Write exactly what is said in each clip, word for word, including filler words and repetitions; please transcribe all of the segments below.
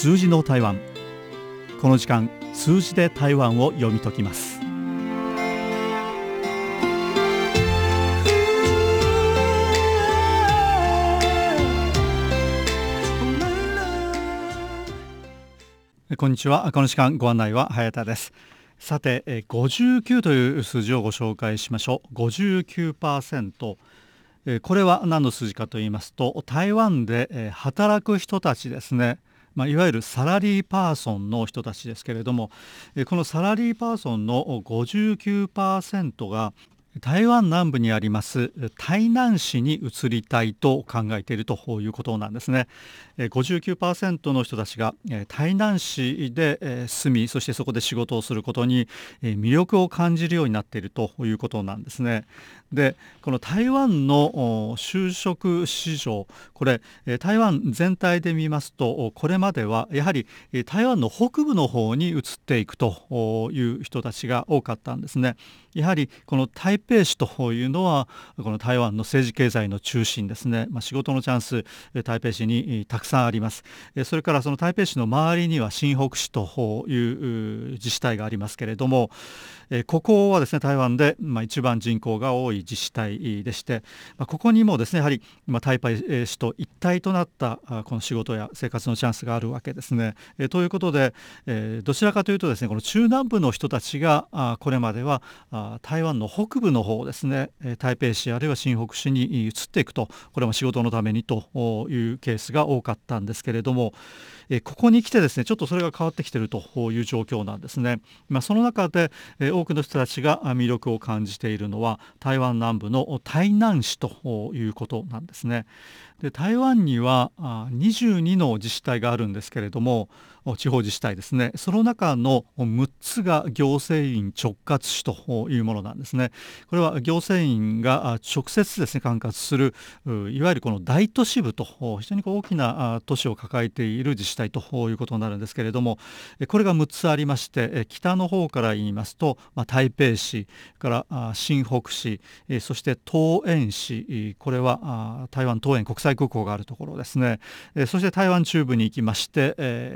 数字の台湾。この時間、数字で台湾を読み解きます。こんにちは。この時間ご案内は早田です。さて、ごじゅうきゅうという数字をご紹介しましょう。 ごじゅうきゅうパーセント、これは何の数字かと言いますと、台湾で働く人たちですね、まあ、いわゆるサラリーパーソンの人たちですけれども、このサラリーパーソンの ごじゅうきゅうパーセント が台湾南部にあります台南市に移りたいと考えているということなんですね。ごじゅうきゅうパーセント の人たちが台南市で住み、そしてそこで仕事をすることに魅力を感じるようになっているということなんですね。で、この台湾の就職市場、これ台湾全体で見ますと、これまではやはり台湾の北部の方に移っていくという人たちが多かったんですね。やはりこの台北市というのはこの台湾の政治経済の中心ですね。まあ、仕事のチャンス、台北市にたくさんあります。それからその台北市の周りには新北市という自治体がありますけれども、ここはですね、台湾でまあ一番人口が多い自治体でして、まあ、ここにもですね、やはりまあ台北市と一体となったこの仕事や生活のチャンスがあるわけですね。えということで、えどちらかというとですね、この中南部の人たちがあこれまではあ台湾の北部の方ですね、台北市あるいは新北市に移っていくと、これも仕事のためにというケースが多かったんですけれども、えここに来てですね、ちょっとそれが変わってきているという状況なんですね。まあ、その中で、え多くの人たちが魅力を感じているのは台湾南部の台南市ということなんですね。で、台湾にはにじゅうにの自治体があるんですけれども、地方自治体ですね、その中のむっつが行政院直轄市というものなんですね。これは行政院が直接ですね管轄するいわゆるこの大都市部と、非常に大きな都市を抱えている自治体ということになるんですけれども、これがむっつありまして、北の方から言いますと、まあ、台北市から新北市、そして桃園市、これは台湾桃園国際空港があるところですね。そして台湾中部に行きまして、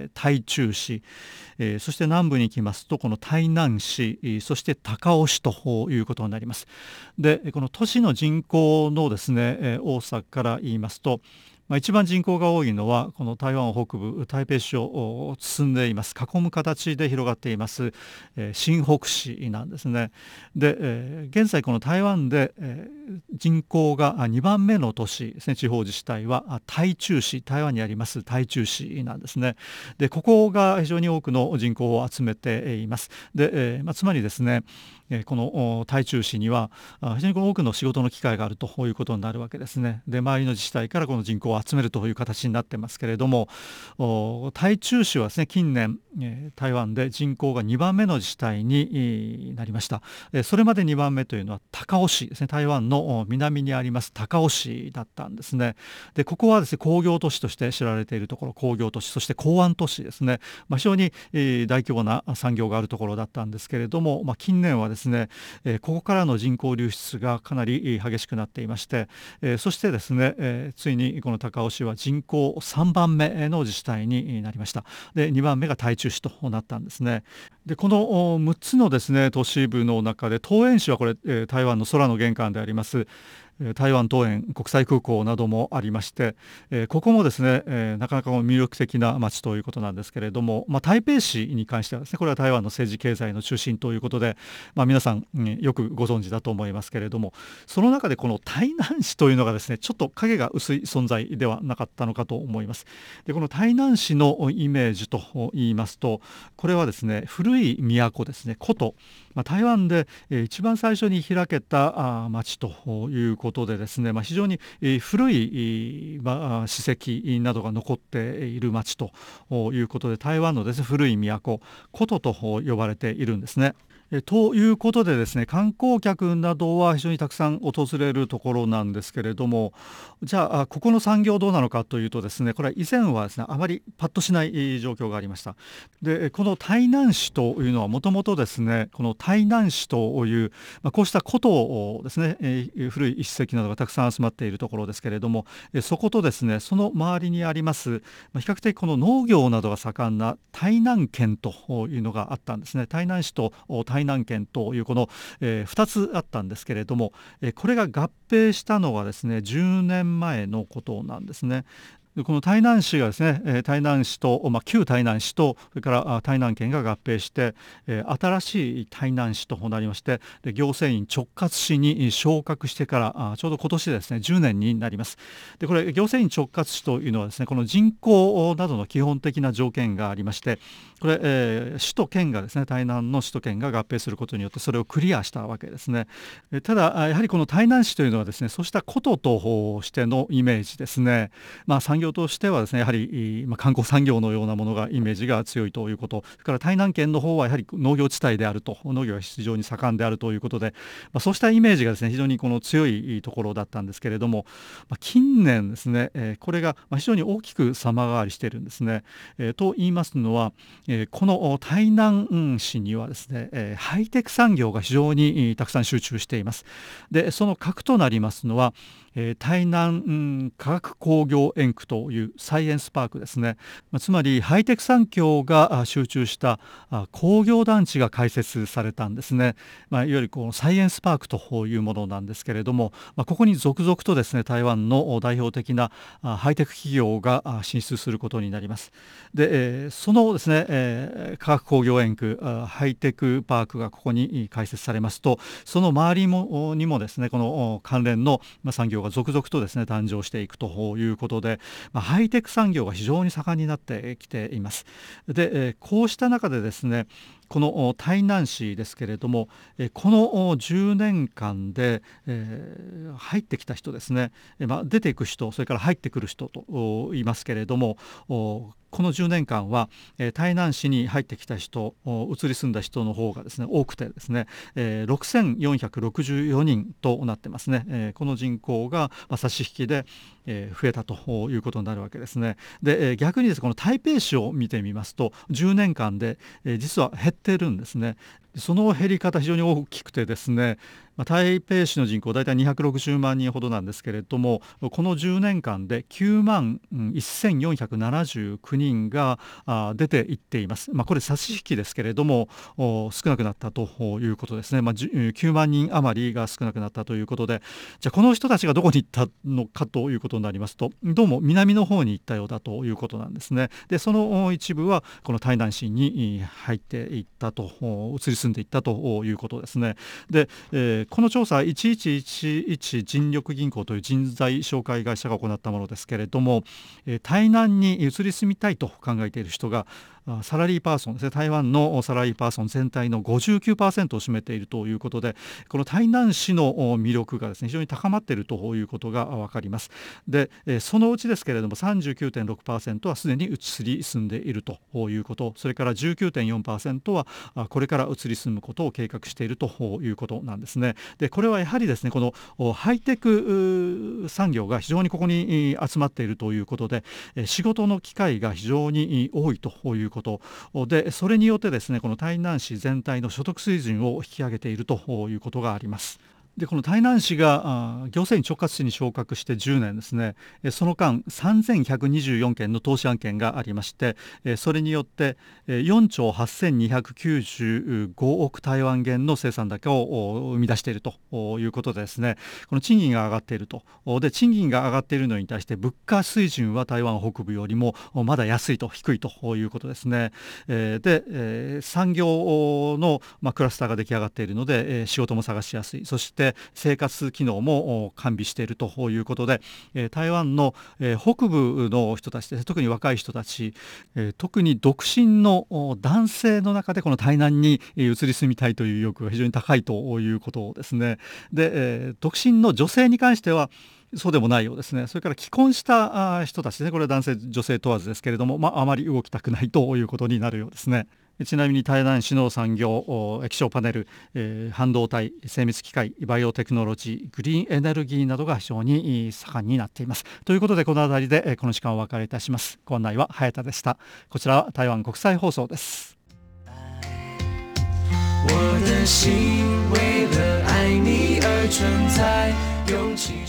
台中市、そして南部に行きますとこの台南市、そして高雄市ということになります。で、この都市の人口のですね多さから言いますと、まあ、一番人口が多いのはこの台湾北部台北市を包んでいます、囲む形で広がっています、えー、新北市なんですね。で、えー、現在この台湾で、えー、人口がにばんめの都市ですね、地方自治体は台中市、台湾にあります台中市なんですね。で、ここが非常に多くの人口を集めています。で、えーまあ、つまりですね、この台中市には非常に多くの仕事の機会があるということになるわけですね。で、周りの自治体からこの人口を集めるという形になってますけれども、台中市はですね、近年台湾で人口がにばんめの自治体になりました。それまでにばんめというのは高雄市ですね、台湾の南にあります高雄市だったんですね。で、ここはですね、工業都市として知られているところ、工業都市、そして港湾都市ですね、まあ、非常に大規模な産業があるところだったんですけれども、まあ、近年はですね、ここからの人口流出がかなり激しくなっていまして、そしてですね、ついにこの高雄市は人口さんばんめの自治体になりました。で、にばんめが台中市となったんですね。で、このむっつのですね都市部の中で桃園市はこれ台湾の空の玄関であります台湾桃園国際空港などもありまして、えー、ここもですね、えー、なかなか魅力的な街ということなんですけれども、まあ、台北市に関してはですね、これは台湾の政治経済の中心ということで、まあ、皆さん、うん、よくご存知だと思いますけれども、その中でこの台南市というのがですね、ちょっと影が薄い存在ではなかったのかと思います。で、この台南市のイメージと言いますと、これはですね、古い都ですね、古都、まあ、台湾で、えー、一番最初に開けたあ町ということことでですね、まあ、非常に古い、まあ、史跡などが残っている町ということで、台湾のですね、古い都、古都と呼ばれているんですね。 えということでですね、観光客などは非常にたくさん訪れるところなんですけれども、じゃあ、あここの産業どうなのかというとですね、これは以前はですね、あまりパッとしないえー状況がありました。で、この台南市というのはもともとですね、この台南市という、まあ、こうした古都ですね、えー古い一跡などがたくさん集まっているところですけれども、えーそことですね、その周りにあります、まあ、比較的この農業などが盛んな台南県というのがあったんですね。台南市と台南県というこの、えー、ふたつあったんですけれども、えーこれが合併したのはですねじゅうねんまえのことなんですね。でこの台南市がですね、えー台南市と、まあ、旧台南市とそれからあ台南県が合併して、えー新しい台南市となりまして、で行政院直轄市に昇格してからあちょうど今年ですねじゅうねんになります。でこれ行政院直轄市というのはですね、この人口などの基本的な条件がありまして、これ、えー首都圏がですね、台南の首都圏が合併することによってそれをクリアしたわけですね。えただあやはりこの台南市というのはですね、そうした古都としてのイメージですね、まあ、産業としてはですねやはり、まあ、観光産業のようなものがイメージが強いということ、それから台南県の方はやはり農業地帯であると、農業が非常に盛んであるということで、まあ、そうしたイメージがですね非常にこの強いところだったんですけれども、まあ、近年ですね、えーこれがまあ非常に大きく様変わりしているんですね。えーと言いますのは、えーこの台南市にはですね、えーハイテク産業が非常にえーたくさん集中しています。でその核となりますのは、えー台南、うん、科学工業園区というサイエンスパークですね。まあ、つまりハイテク産業があ集中したあ工業団地が開設されたんですね。まあ、いわゆるこのサイエンスパークというものなんですけれども、まあ、ここに続々とですね台湾の代表的なあハイテク企業があ進出することになります。で、えーそのですね、えー科学工業園区あハイテクパークがここに開設されますと、その周りもにもですねこのお関連のまあ産業が続々とですね誕生していくということで、まあ、ハイテク産業が非常に盛んになってきています。で、えーこうした中でですね、このお台南市ですけれども、えーこのおじゅうねんかんで、えー入ってきた人ですね、えーまあ、出ていく人、それから入ってくる人とお言いますけれども、おこのじゅうねんかんは、えー台南市に入ってきた人、お移り住んだ人の方がですね多くてですね、えーろくせんよんひゃくろくじゅうよにんとなってますね。えーこの人口が、まあ、差し引きで、えー増えたということになるわけですね。で、えー逆にですねこの台北市を見てみますとじゅうねんかんで、えー実は減ってるんですね。その減り方非常に大きくてですね、まあ、台北市の人口大体にひゃくろくじゅうまんにんほどなんですけれども、このじゅうねんかんできゅうまんせんよんひゃくななじゅうきゅうにんがあ出ていっています。まあ、これ差し引きですけれどもお少なくなったということですね。まあ、じゅきゅうまんにん余りが少なくなったということで、じゃあこの人たちがどこに行ったのかということになりますと、どうも南の方に行ったようだということなんですね。でその一部はこの台南市に入っていったと、移り住んでいったということですね。で、えーこの調査はいちいちいちいち人力銀行という人材紹介会社が行ったものですけれども、えー台南に移り住みたいと考えている人があサラリーパーソンですね、台湾のサラリーパーソン全体の ごじゅうきゅうパーセント を占めているということで、この台南市のお魅力がですね非常に高まっているということが分かります。で、えーそのうちですけれども さんじゅうきゅうてんろくパーセント はすでに移り住んでいるということ、それから じゅうきゅうてんよんパーセント はあこれから移り住むことを計画しているということなんですね。でこれはやはりですねこのおハイテクう産業が非常にここにい集まっているということで、えー仕事の機会が非常にい多いということで、それによってですねこの台南市全体の所得水準を引き上げているということがあります。でこの台南市があ行政院直轄市に昇格してじゅうねんですね、えその間さんぜんひゃくにじゅうよんけんの投資案件がありまして、えそれによってえよんちょうはっせんにひゃくきゅうじゅうごおく台湾元の生産高をお生み出しているということでですね、この賃金が上がっていると。で賃金が上がっているのに対して物価水準は台湾北部よりもまだ安いと、低いということですね。えーで、えー産業の、まあ、クラスターが出来上がっているので、えー仕事も探しやすい、そして生活機能もお完備しているということで、えー台湾の、えー北部の人たちです、特に若い人たち、えー特に独身のお男性の中でこの台南にえー移り住みたいという意欲が非常に高いということですね。で、えー独身の女性に関してはそうでもないようですね。それから既婚したあ人たちね、これは男性女性問わずですけれども、まあ、あまり動きたくないということになるようですね。 ちなみに台湾主要産業、液晶パネル、えー、半導体、精密機械、バイオテクノロジー、グリーンエネルギーなどが非常に盛んになっています。ということでこの辺りでこの時間をお別れいたします。ご案内は早田でした。こちらは台湾国際放送です。我的心为了爱你而存在，勇气